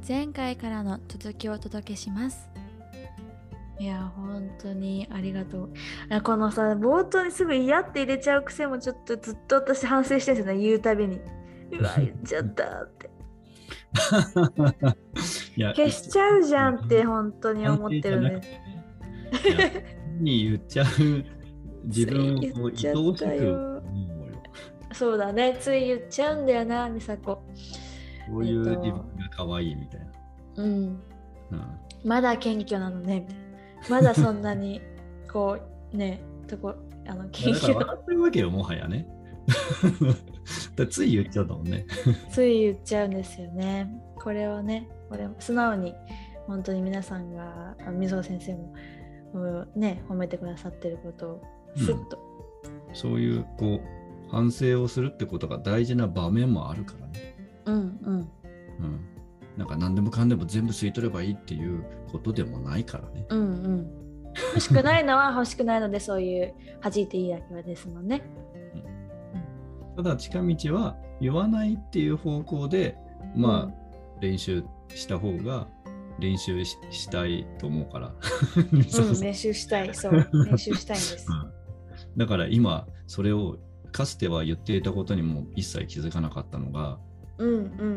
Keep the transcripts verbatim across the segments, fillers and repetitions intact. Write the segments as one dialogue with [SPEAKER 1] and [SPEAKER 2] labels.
[SPEAKER 1] 前回からの続きをお届けします。いや本当にありがとう。いやこのさ冒頭にすぐ嫌って入れちゃう癖もちょっとずっと私反省してるんですよね。言うたびにうわ言っちゃったっていや消しちゃうじゃんって本当に思ってるんです。
[SPEAKER 2] いやに言っちゃう自分を愛おしく思うよ。
[SPEAKER 1] そうだね、つい言っちゃうんだよな、美佐子。こ
[SPEAKER 2] ういう自分が可愛いみたいな、
[SPEAKER 1] うん、うん、まだ謙虚なのねみたいな、まだそんなにこうねとこあの謙虚
[SPEAKER 2] だから笑ってるわけよもはやねだつい言っちゃうんだもんね
[SPEAKER 1] つい言っちゃうんですよね。これをねこれ素直に本当に皆さんが水尾先生もね褒めてくださってることをスッと、
[SPEAKER 2] うん、そういうこう反省をするってことが大事な場面もあるからね。
[SPEAKER 1] うんうん。うん。
[SPEAKER 2] なんか何でもかんでも全部吸い取ればいいっていうことでもないからね。
[SPEAKER 1] うんうん。欲しくないのは欲しくないのでそういう弾いていいだけはですもんね。
[SPEAKER 2] うん、ただ近道は言わないっていう方向でまあ、うん、練習した方が練習 し, したいと思うから、
[SPEAKER 1] うん、練習したいそう練習したいんです、うん、
[SPEAKER 2] だから今それをかつては言っていたことにも一切気づかなかったのが、
[SPEAKER 1] うんうん、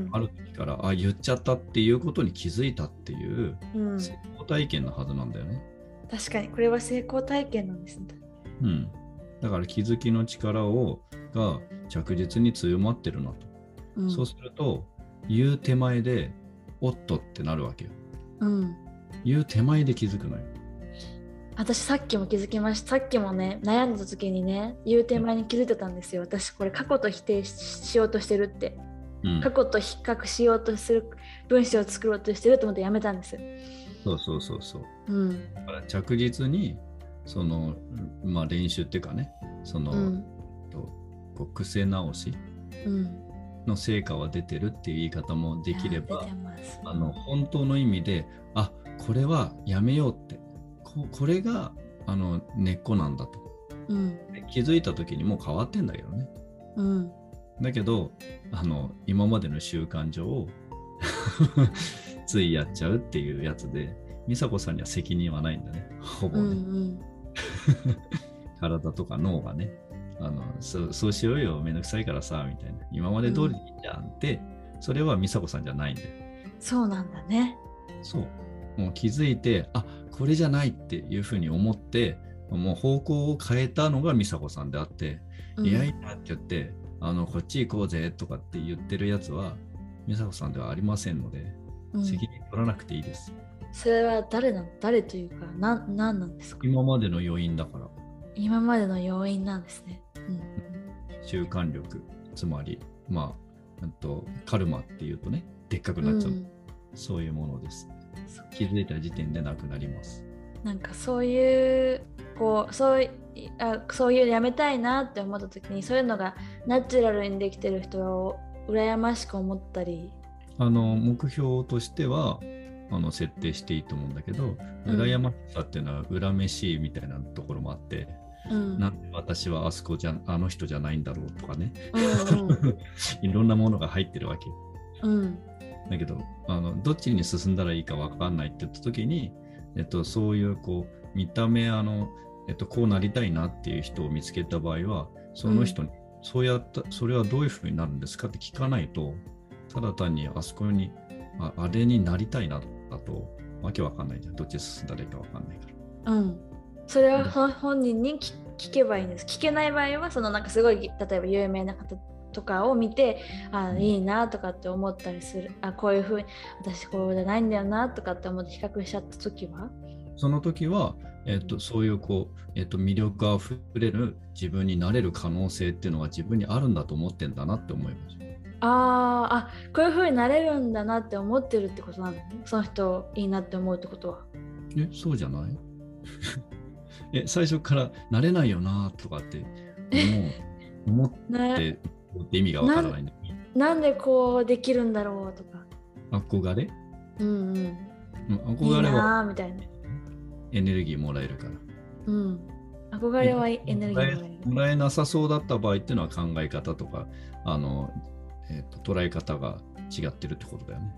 [SPEAKER 2] ある時からあ言っちゃったっていうことに気づいたっていう成功体験のはずなんだよね、
[SPEAKER 1] うん、確かにこれは成功体験なんですね、
[SPEAKER 2] うん、だから気づきの力をが着実に強まってるなと、うん、そうすると言う手前でおっとってなるわけよ、うん、言う手前で気づくのよ。
[SPEAKER 1] 私さっきも気づきました。さっきもね悩んだ時にね言う手前に気づいてたんですよ。私これ過去と否定 し, しようとしてるって、うん、過去と比較しようとする文章を作ろうとしてると思ってやめたんです。
[SPEAKER 2] そうそうそうそう、うん、だから着実にその、まあ、練習っていうかねその、うん、こう癖直しの成果は出てるっていう言い方もできれば、あの本当の意味であこれはやめようってこ, これがあの根っこなんだと、うん、気づいた時にもう変わってんだけどね、うん、だけどあの今までの習慣上ついやっちゃうっていうやつで美佐子さんには責任はないんだねほぼね、うんうん、体とか脳がねあの そ, そうしようよめんどくさいからさみたいな今まで通りでいいじゃんって、うん、それは美佐子さんじゃないんだよ。
[SPEAKER 1] そうなんだね。
[SPEAKER 2] そうもう気づいてあこれじゃないっていうふうに思ってもう方向を変えたのが美佐子さんであって、うん、いやいやって言ってあのこっち行こうぜとかって言ってるやつは美佐子さんではありませんので、うん、責任取らなくていいです。
[SPEAKER 1] それは誰なの誰というかな何なんですか。
[SPEAKER 2] 今までの要因だから。
[SPEAKER 1] 今までの要因なんですね、うん、
[SPEAKER 2] 習慣力つまりまあとカルマっていうとねでっかくなっちゃう、うん、そういうものです。気づいた時点でなくなります。
[SPEAKER 1] なんかそういうこうそうあそういうやめたいなって思った時にそういうのがナチュラルにできてる人を羨ましく思ったり、
[SPEAKER 2] あの目標としてはあの設定していいと思うんだけど、うん、羨ましさっていうのは恨めしいみたいなところもあって、うん、なんで私はあそこじゃあの人じゃないんだろうとかね、うんうん、いろんなものが入ってるわけ、うん、だけどあのどっちに進んだらいいか分かんないって言った時に、えっと、そういうこう見た目あの、えっと、こうなりたいなっていう人を見つけた場合はその人に、うん、そうやったそれはどういうふうになるんですかって聞かないとただ単にあそこに あ, あれになりたいなだとわけわかんないじゃん。どっち進んだらいいかわかんないから。
[SPEAKER 1] うん。それは本人に 聞, 聞けばいいんです。聞けない場合はそのなんかすごい例えば有名な方とかを見てあいいなとかって思ったりする。あこういうふうに私こうじゃないんだよなとかって思って比較しちゃった時は
[SPEAKER 2] その時は、えー、とそういうこう、えー、と魅力あふれる自分になれる可能性っていうのが自分にあるんだと思ってんだなって思います。
[SPEAKER 1] ああこういうふうになれるんだなって思ってるってことなのね。その人いいなって思うってことは。
[SPEAKER 2] えそうじゃないえ最初からなれないよなとかって思う思ってって意味がわからないんだ、ね、
[SPEAKER 1] な, なんでこうできるんだろうとか
[SPEAKER 2] 憧れ
[SPEAKER 1] うんうん
[SPEAKER 2] 憧れは
[SPEAKER 1] みたいな
[SPEAKER 2] エネルギーもらえるから、
[SPEAKER 1] うん、憧れはエネルギーもらえる
[SPEAKER 2] もらえなさそうだった場合っていうのは考え方とかあの、えー、と捉え方が違ってるってことだよね。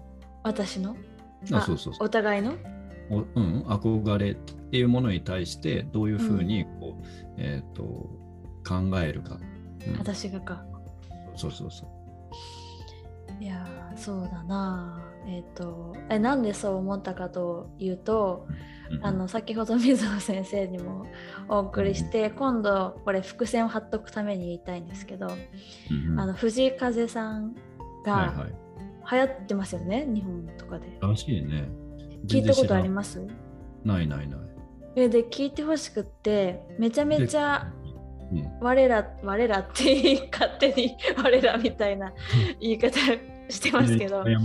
[SPEAKER 1] 私の
[SPEAKER 2] あそうそうそう
[SPEAKER 1] お互いの
[SPEAKER 2] お、うん、憧れっていうものに対してどういうふうにこう、うん、えー、と考えるか、
[SPEAKER 1] うん、私がか
[SPEAKER 2] そうそうそう
[SPEAKER 1] いやそうだなえっ、ー、とえなんでそう思ったかというと、うん、あの先ほど水野先生にもお送りして、うん、今度これ伏線を張っとくために言いたいんですけど、うん、あの藤井風さんが流行ってますよね、はいはい、日本とかで。
[SPEAKER 2] らしいね。
[SPEAKER 1] 聞いたことあります？
[SPEAKER 2] ないないない。
[SPEAKER 1] えで聞いてほしくってめちゃめちゃ、うん、我ら我らって勝手に我らみたいな言い方してますけど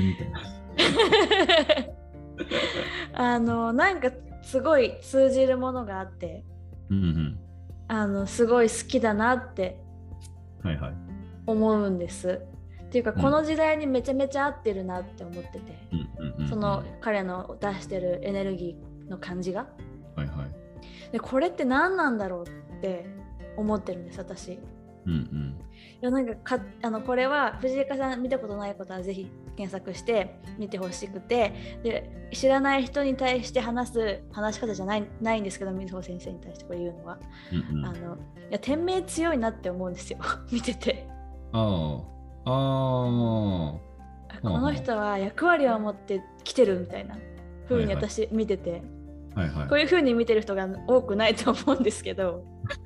[SPEAKER 1] あのなんかすごい通じるものがあって、うんうん、あのすごい好きだなって思うんです、はいはい、っていうかこの時代にめちゃめちゃ合ってるなって思ってて、うん、その彼の出してるエネルギーの感じが、はいはい、でこれって何なんだろうって思ってるんです私、うんうん、いやなんかかあのこれは藤井風さん見たことないことはぜひ検索して見てほしくて、で知らない人に対して話す話し方じゃない、ないんですけど水穂先生に対してこれ言うのは、うんうん、あのいや天命強いなって思うんですよ見てて。ああこの人は役割を持って来てるみたいな風に私見てて、はいはい、こういう風に見てる人が多くないと思うんですけど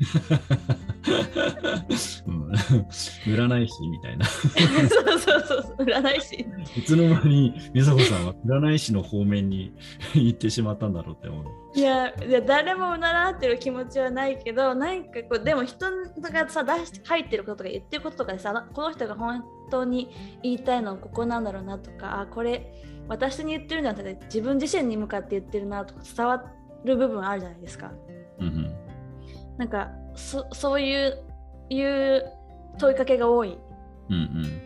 [SPEAKER 2] うん、占い師みたいな
[SPEAKER 1] そうそうそう占い師
[SPEAKER 2] いつの間に美佐子さんは占い師の方面に行ってしまったんだろうって思う。
[SPEAKER 1] いや、いや誰も占ってる気持ちはないけど、なんかこうでも人がさ出して書いてることとか言ってることとかでさ、この人が本当に言いたいのはここなんだろうなとか、あこれ私に言ってるんだったら自分自身に向かって言ってるなとか伝わる部分あるじゃないですか、うんうん、なんか そ, そういういう問いかけが多い、うんうん、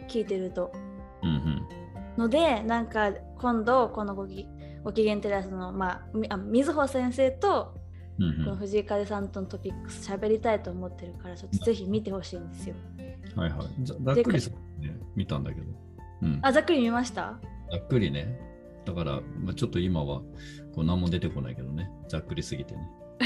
[SPEAKER 1] 聞いてると、うんうん、のでなんか今度このごきご機嫌テラスの、まあ、水穂先生と、うんうん、この藤井風さんとのトピックス喋りたいと思ってるからちょっとぜひ見てほしいんですよ。
[SPEAKER 2] はいはい。ざっくりさ、ね、見たんだけど、
[SPEAKER 1] うん、あざっくり見ました？
[SPEAKER 2] ざっくりね。だから、まあ、ちょっと今はこう何も出てこないけどね、ざっくりすぎてね。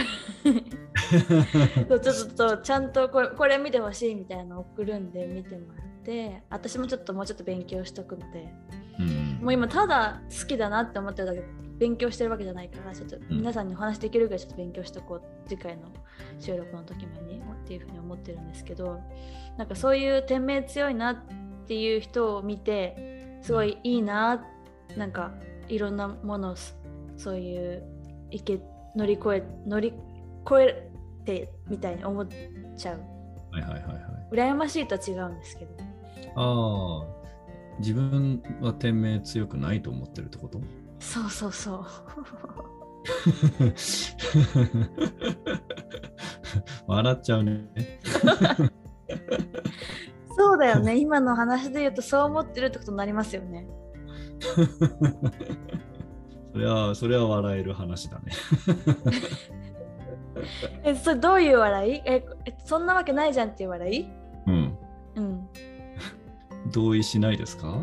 [SPEAKER 1] ちょっとちゃんとこれ、これ見てほしいみたいなの送るんで見てもらって、私もちょっともうちょっと勉強しとくので、うん、もう今ただ好きだなって思ってるだけで勉強してるわけじゃないから、ちょっと皆さんにお話できるぐらいちょっと勉強しとこう、次回の収録の時までにっていうふうに思ってるんですけど、なんかそういう天命強いなっていう人を見てすごいいいな、なんかいろんなものをそういういけ乗り越え乗り越えてみたいに思っちゃう。はいはいはいはい。羨ましいとは違うんですけど。
[SPEAKER 2] ああ、自分は天命強くないと思ってるってこと？
[SPEAKER 1] そうそうそう
[SPEAKER 2] 笑っちゃうね
[SPEAKER 1] そうだよね、今の話で言うとそう思ってるってことになりますよね
[SPEAKER 2] それはそれは笑える話だね
[SPEAKER 1] えそれどういう笑い？えそんなわけないじゃんっていう笑い？うん
[SPEAKER 2] うん同意しないですか？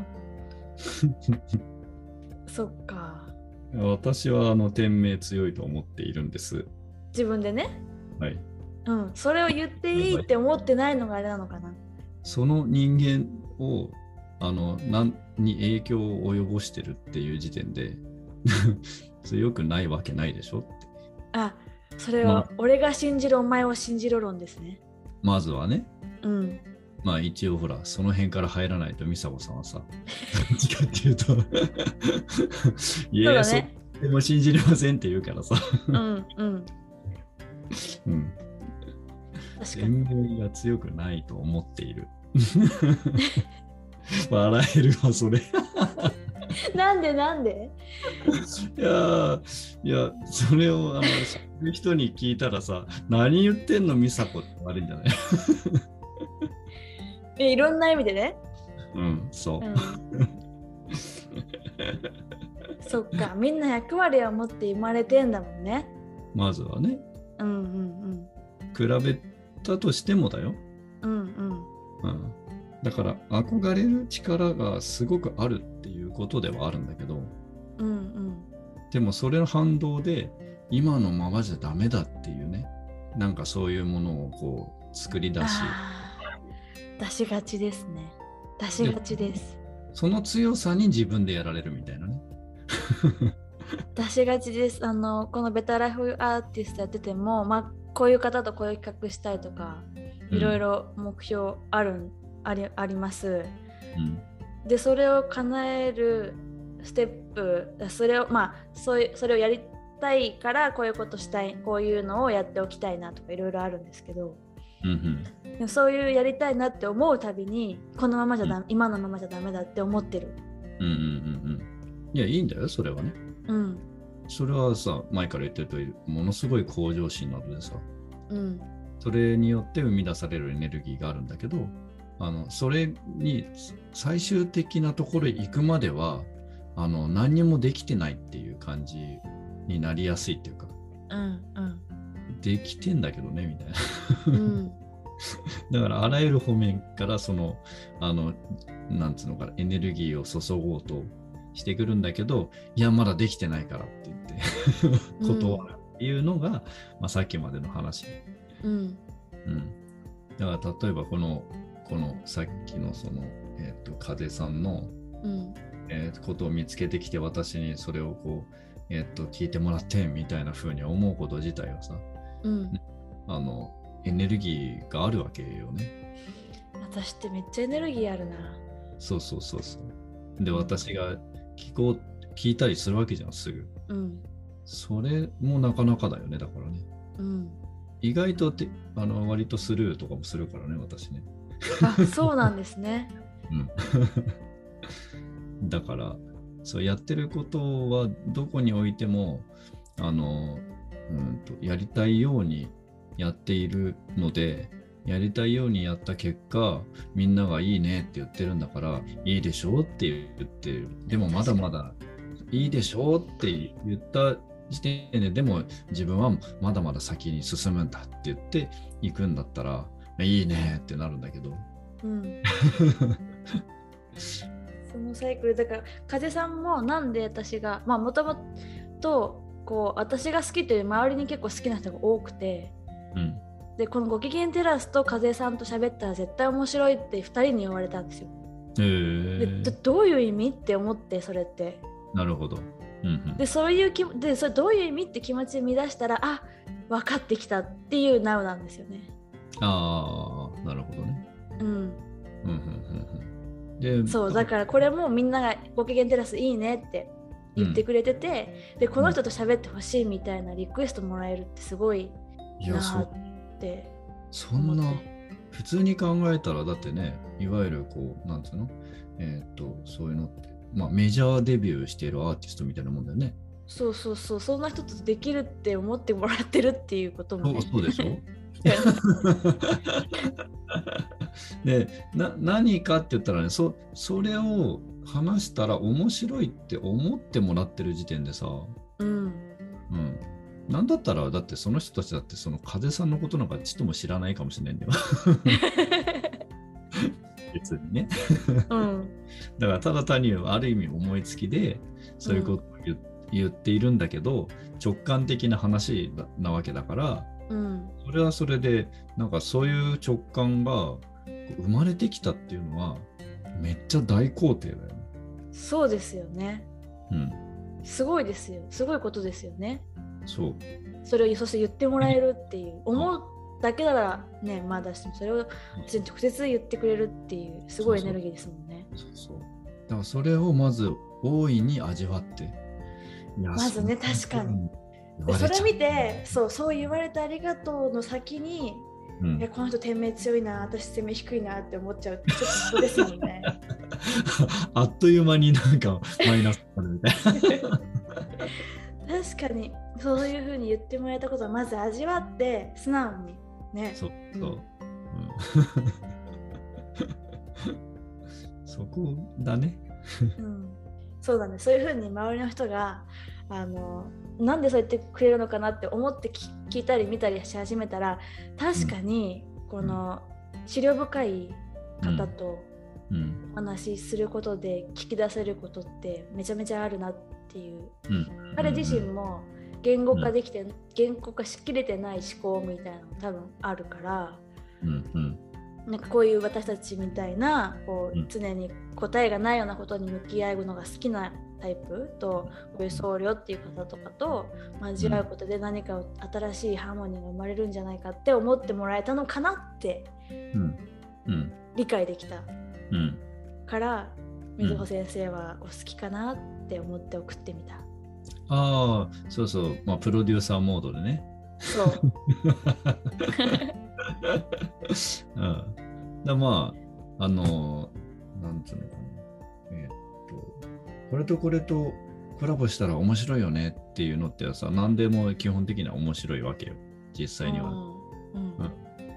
[SPEAKER 1] そっか。
[SPEAKER 2] 私はあの天命強いと思っているんです。
[SPEAKER 1] 自分でね。
[SPEAKER 2] はい。
[SPEAKER 1] うん、それを言っていいって思ってないのがあれなのかな。
[SPEAKER 2] その人間をあの何に影響を及ぼしてるっていう時点で強くないわけないでしょって。
[SPEAKER 1] あ、それは、ま、俺が信じるお前を信じろ論ですね。
[SPEAKER 2] まずはね。うん。まあ一応ほらその辺から入らないと美佐子さんはさどっちかっていうといやいや、それも信じれませんって言うからさうんうんうん確かに天命が強くないと思っている笑えるわそれ
[SPEAKER 1] なんでなんで
[SPEAKER 2] いやいやそれをあの知る人に聞いたらさ何言ってんの美佐子って悪いんじゃない
[SPEAKER 1] いろんな意味でね。
[SPEAKER 2] うん、そう。うん、
[SPEAKER 1] そっか、みんな役割を持って生まれてんだもんね。
[SPEAKER 2] まずはね。うんうんうん。比べたとしてもだよ。うんうん。うん、だから憧れる力がすごくあるっていうことではあるんだけど、
[SPEAKER 1] うんうん、
[SPEAKER 2] でもそれの反動で今のままじゃダメだっていうね、なんかそういうものをこう作り出し、
[SPEAKER 1] 出しがちですね。出しがちです。
[SPEAKER 2] その強さに自分でやられるみたいなね。
[SPEAKER 1] 出しがちです。あのこのベタライフアーティストやってても、まあ、こういう方とこういう企画したいとか、いろいろ目標ある、うん、あり、あります、うん、でそれを叶えるステップ、それをまあそういうそれをやりたいからこういうことしたい、こういうのをやっておきたいなとかいろいろあるんですけど、うんうん、でもそういうやりたいなって思うたびにこのままじゃダメ、うん、今のままじゃダメだって思ってる。
[SPEAKER 2] うんうんうんうん。いや、いいんだよそれはね。うん。それはさ、前から言ってるとおりものすごい向上心なのでさ、うん、それによって生み出されるエネルギーがあるんだけど、あのそれに最終的なところへ行くまではあの何にもできてないっていう感じになりやすいっていうか、うんうん、できてんだけどねみたいな、うん、だからあらゆる方面からそのあのなんつうのかな、エネルギーを注ごうとしてくるんだけど、いやまだできてないからって言って断るっていうのが、うん、まあ、さっきまでの話、うんうん、だから例えばこのこのさっきのその、えー、と風さんの、うんえー、ことを見つけてきて私にそれをこう、えー、と聞いてもらってみたいな風に思うこと自体はさ、うんね、あのエネルギーがあるわけよね。
[SPEAKER 1] 私ってめっちゃエネルギーあるな。
[SPEAKER 2] そうそうそうそう。で、私が聞こう聞いたりするわけじゃんすぐ、うん、それもなかなかだよね。だからね、うん、意外とてあの割とスルーとかもするからね私ね。
[SPEAKER 1] あ、そうなんですね。
[SPEAKER 2] うん、だからそうやってることはどこにおいてもあの、うん、とやりたいようにやっているので、やりたいようにやった結果みんながいいねって言ってるんだからいいでしょうって言ってる。でもまだまだいいでしょうって言った時点ででも自分はまだまだ先に進むんだって言っていくんだったらいいねってなるんだけど、うん、
[SPEAKER 1] そのサイクルだから風さんもなんで私がまあもともとこう私が好きという周りに結構好きな人が多くて、うん、でこのご機嫌テラスと風さんと喋ったら絶対面白いってふたりに言われたんですよ。へー。で ど, どういう意味って思って、それって
[SPEAKER 2] なるほど、うんうん、
[SPEAKER 1] でそういうきでそれどういう意味って気持ちで見出したらあ分かってきたっていう ナウ なんですよね。
[SPEAKER 2] ああ、なるほどね。うん。うんうん
[SPEAKER 1] うんうん。で、そうだからこれもみんながご機嫌テラスいいねって言ってくれてて、うん、でこの人と喋ってほしいみたいなリクエストもらえるってすごいなって
[SPEAKER 2] そんな普通に考えたらだってね、いわゆるこうなんつうの、えー、っとそういうのってまあメジャーデビューしているアーティストみたいなもんだよね。
[SPEAKER 1] そうそうそう、そんな人とできるって思ってもらってるっていうことも、ね、
[SPEAKER 2] そう、そうでしょでな何かって言ったらね、 そ, それを話したら面白いって思ってもらってる時点でさ、うん、うん、なんだったらだってその人たちだってその風さんのことなんかちっとも知らないかもしれないんだよ別にね、うん、だからただ単にある意味思いつきでそういうことを 言,、うん、言っているんだけど直感的な話なわけだから、うん、それはそれでなんかそういう直感が生まれてきたっていうのはめっちゃ大肯定だよね。
[SPEAKER 1] そうですよね、うん、すごいですよ、すごいことですよね。
[SPEAKER 2] そう、
[SPEAKER 1] それをそして言ってもらえるっていう思うだけならねまだしても、それを私に直接言ってくれるっていうすごいエネルギーですもんね。
[SPEAKER 2] そうそうそう、だからそれをまず大いに味わって、
[SPEAKER 1] いやまずね、確かにでそれ見てそうそう言われてありがとうの先に、うん、いやこの人天命強いな、私天命低いなって思っちゃうってちょっとそうですよね
[SPEAKER 2] あっという間になんかマイナスになるみたいな
[SPEAKER 1] 確かにそういう風に言ってもらえたことはまず味わって素直にね。
[SPEAKER 2] そうそう、うんうん、そこだね、
[SPEAKER 1] うん、そうだね。そういう風に周りの人があのなんでそう言ってくれるのかなって思って聞いたり見たりし始めたら確かにこの資料深い方とお話しすることで聞き出せることってめちゃめちゃあるなっていう、うん、彼自身も言語化できて、うん、言語化しきれてない思考みたいなの多分あるから、うんうんなんかこういう私たちみたいなこう常に答えがないようなことに向き合うのが好きなタイプと、こういう僧侶っていう方とかと交わることで何か新しいハーモニーが生まれるんじゃないかって思ってもらえたのかなって理解できたから水穂先生はお好きかなって思って送ってみた。
[SPEAKER 2] ああ、そうそう、まあプロデューサーモードでね。そう。うん、だまああのなんつうのかな、えー、っとこれとこれとコラボしたら面白いよねっていうのってさ、何でも基本的には面白いわけよ実際には、うんうん、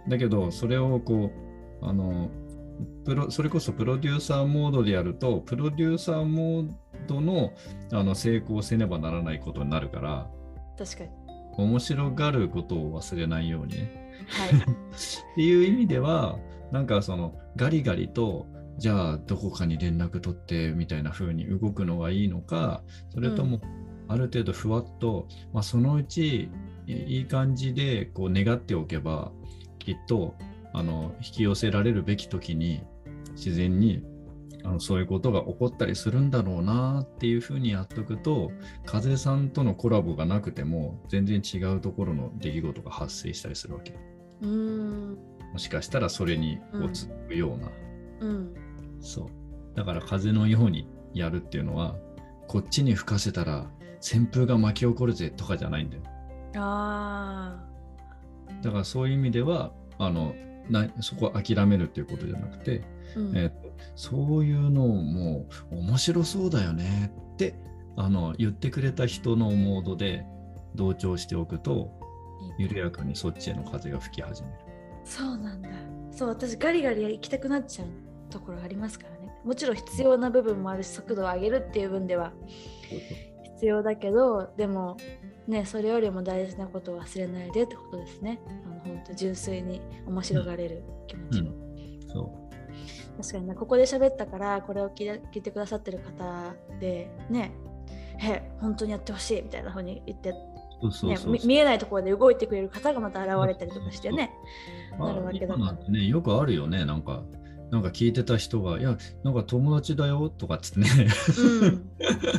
[SPEAKER 2] だけどそれをこうあのプロそれこそプロデューサーモードでやるとプロデューサーモード の, あの成功せねばならないことになるから、
[SPEAKER 1] 確かに
[SPEAKER 2] 面白がることを忘れないようにね、はい、っていう意味ではなんかそのガリガリとじゃあどこかに連絡取ってみたいな風に動くのがいいのか、それともある程度ふわっと、うんまあ、そのうちいい感じでこう願っておけばきっとあの引き寄せられるべき時に自然にあのそういうことが起こったりするんだろうなっていうふうにやっとくと、風さんとのコラボがなくても全然違うところの出来事が発生したりするわけ。うーんもしかしたらそれにこう続くような、うんうん、そうだから風のようにやるっていうのはこっちに吹かせたら旋風が巻き起こるぜとかじゃないんだよ。あだからそういう意味ではあのなそこは諦めるっていうことじゃなくて、うんえー、そういうのも面白そうだよねってあの言ってくれた人のモードで同調しておくと緩やかにそっちへの風が吹き始める。
[SPEAKER 1] そうなんだ。そう私ガリガリ行きたくなっちゃうところありますからね。もちろん必要な部分もあるし速度を上げるっていう分では必要だけど、でもねそれよりも大事なことを忘れないでってことですね。あの本当純粋に面白がれる気持ちを、うんうん、そう確かにねここで喋ったからこれを聞いて、聞いてくださってる方でねえ本当にやってほしいみたいな風に言ってそうそうそうそう、ね、見えないところで動いてくれる方がまた現れたりとかしてね、そうそうそうなるわけだから。
[SPEAKER 2] ね、よくあるよね、なんか、なんか聞いてた人が、いや、なんか友達だよとかっつってね、うん、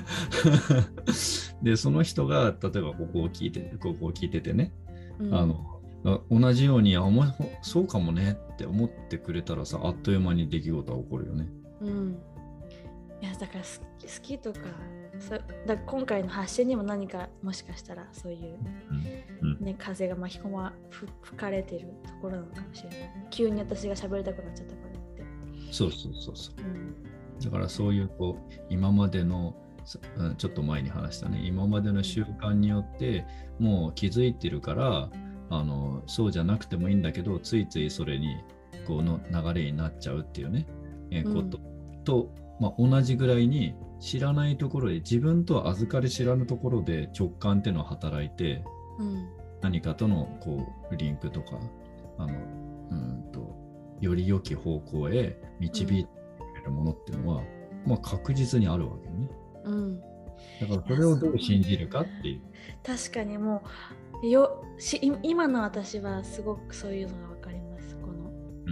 [SPEAKER 2] で、その人が、例えばここを聞いて、ここを聞いててね、うん、あの同じようにあもそうかもねって思ってくれたらさ、あっという間に出来事は起こるよね。うん、
[SPEAKER 1] いやだから好き、好きとかそだ今回の発信にも何かもしかしたらそういう、うんうんね、風が巻き込ま吹かれてるところなのかもしれない。急に私が喋りたくなっちゃったからって。
[SPEAKER 2] そうそうそうそう、うん、だからそういうこう今までのちょっと前に話したね今までの習慣によってもう気づいてるからあのそうじゃなくてもいいんだけどついついそれにこの流れになっちゃうっていうね、えー、こと、うん、と、まあ、同じぐらいに知らないところで自分とは預かり知らぬところで直感っていうのは働いて、うん、何かとのこうリンクとかあのうんとより良き方向へ導いてくれるものっていうのは、うんまあ、確実にあるわけよね、うん、だからそれをどう信じるかっていう。
[SPEAKER 1] 確かにもうよし今の私はすごくそういうのが分かりますこの、
[SPEAKER 2] うん、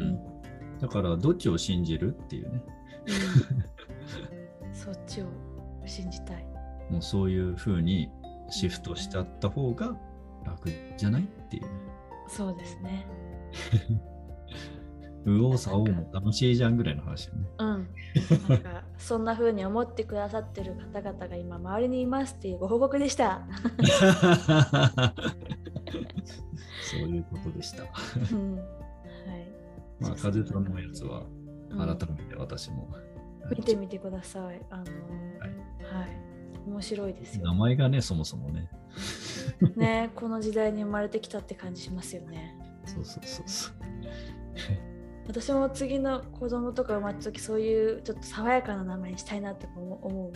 [SPEAKER 2] だからどっちを信じるっていうね、
[SPEAKER 1] うん、そっちを信じたい。
[SPEAKER 2] もうそういう風にシフトしちゃった方が楽じゃないっていう、ね、
[SPEAKER 1] そうですね
[SPEAKER 2] 右往左往も楽しいじゃんぐらいの話よね。
[SPEAKER 1] うん。なんかそんな風に思ってくださってる方々が今周りにいますっていうご報告でした。
[SPEAKER 2] そういうことでした。うん、はい。まあ風さんのやつは改めて私も、
[SPEAKER 1] うん、見てみてください。あのー、はい、はい。面白いですよ。
[SPEAKER 2] 名前がねそもそもね。
[SPEAKER 1] ねこの時代に生まれてきたって感じしますよね。
[SPEAKER 2] そうそうそうそう。
[SPEAKER 1] 私も次の子供とか生まれた時そういうちょっと爽やかな名前にしたいなって思う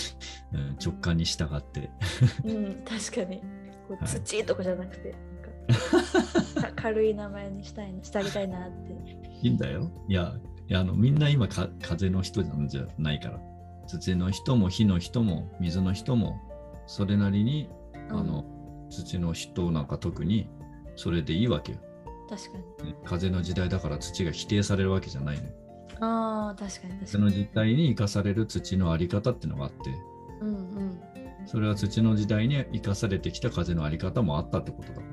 [SPEAKER 2] 直感に従って
[SPEAKER 1] うん確かにこう土とかじゃなくて、 軽い名前にしたいしてあげたいなって。
[SPEAKER 2] いいんだよ。いや、いやあのみんな今か風の人なんじゃないから。土の人も火の人も水の人もそれなりに、うん、あの土の人なんか特にそれでいいわけよ。
[SPEAKER 1] 確かに。
[SPEAKER 2] 風の時代だから土が否定されるわけじゃないの、ね。
[SPEAKER 1] ああ、確かに確かに。
[SPEAKER 2] 風の時代に生かされる土のあり方っていうのがあって、
[SPEAKER 1] うんうん、
[SPEAKER 2] それは土の時代に生かされてきた風のあり方もあったってことだから。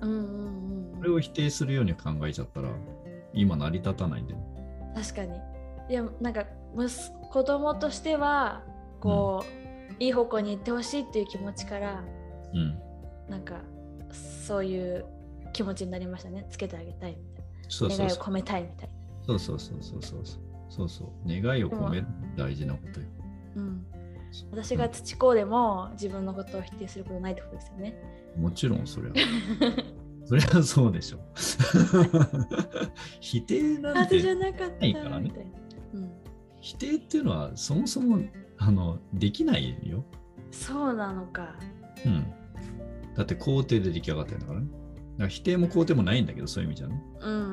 [SPEAKER 1] うんうんうん、
[SPEAKER 2] それを否定するように考えちゃったら今成り立たないんだよ。
[SPEAKER 1] 確かに。いや、なんか子供としてはこう、うん、いい方向に行ってほしいっていう気持ちから、うん、なんかそういう気持ちになりましたね。つけてあげたいみたいな。そうそうそう、願いを込めたいみたいな。
[SPEAKER 2] そうそうそうそうそうそうそう、願いを込める大事なことよ。
[SPEAKER 1] うん、私が土子でも自分のことを否定することないってことですよね。
[SPEAKER 2] もちろんそれはそれはそうでしょ否定なんてないからね。うん、否定っていうのはそもそもあのできないよ。
[SPEAKER 1] そうなのか。
[SPEAKER 2] うん。だって肯定で出来上がってるんだからね。だから否定も肯定もないんだけど、そういう意味じゃね。
[SPEAKER 1] うんうんうん。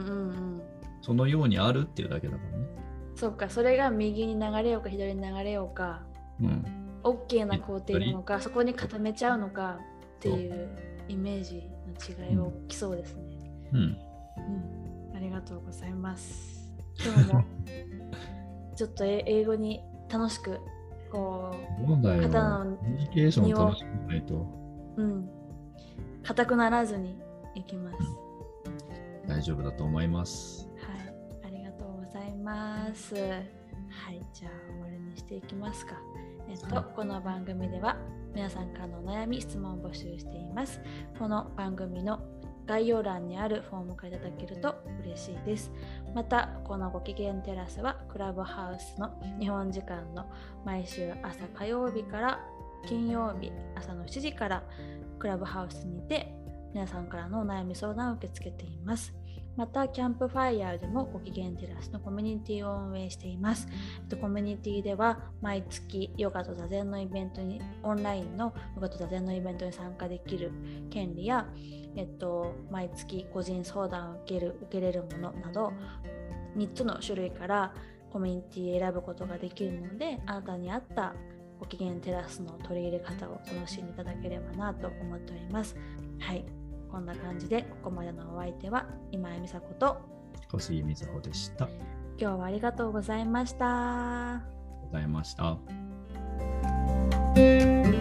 [SPEAKER 2] そのようにあるっていうだけだからね。
[SPEAKER 1] そっか、それが右に流れようか左に流れようか、うん、OK な肯定なのか、そこに固めちゃうのかっていうイメージの違いは大きそうですね。うん。うん、ありがとうございます。今日もちょっと英語に楽しくこう、
[SPEAKER 2] そうだよ、肩のコミュニケーションを楽しくないと。
[SPEAKER 1] うん。固くならずにいきます、
[SPEAKER 2] うん。大丈夫だと思います。
[SPEAKER 1] はい、ありがとうございます。はい、じゃあ終わりにしていきますか。えっと、はい、この番組では皆さんからのお悩み、質問を募集しています。この番組の概要欄にあるフォームからいただけると嬉しいです。また、このご機嫌テラスはクラブハウスの日本時間の毎週朝火曜日から金曜日朝のしちじからクラブハウスにて皆さんからのお悩み相談を受け付けています。また、キャンプファイヤーでもご機嫌テラスのコミュニティを運営しています。コミュニティでは毎月ヨガと座禅のイベントに、オンラインのヨガと座禅のイベントに参加できる権利や、えっと、毎月個人相談を受ける、受けれるものなどみっつの種類からコミュニティを選ぶことができるので、あなたに合ったご機嫌テラスの取り入れ方を楽しんでいただければなと思っております。はい、こんな感じでここまでのお相手は今井美佐子と
[SPEAKER 2] 小杉瑞穂でした。
[SPEAKER 1] 今日はありがとうございました。
[SPEAKER 2] ありがとうございました。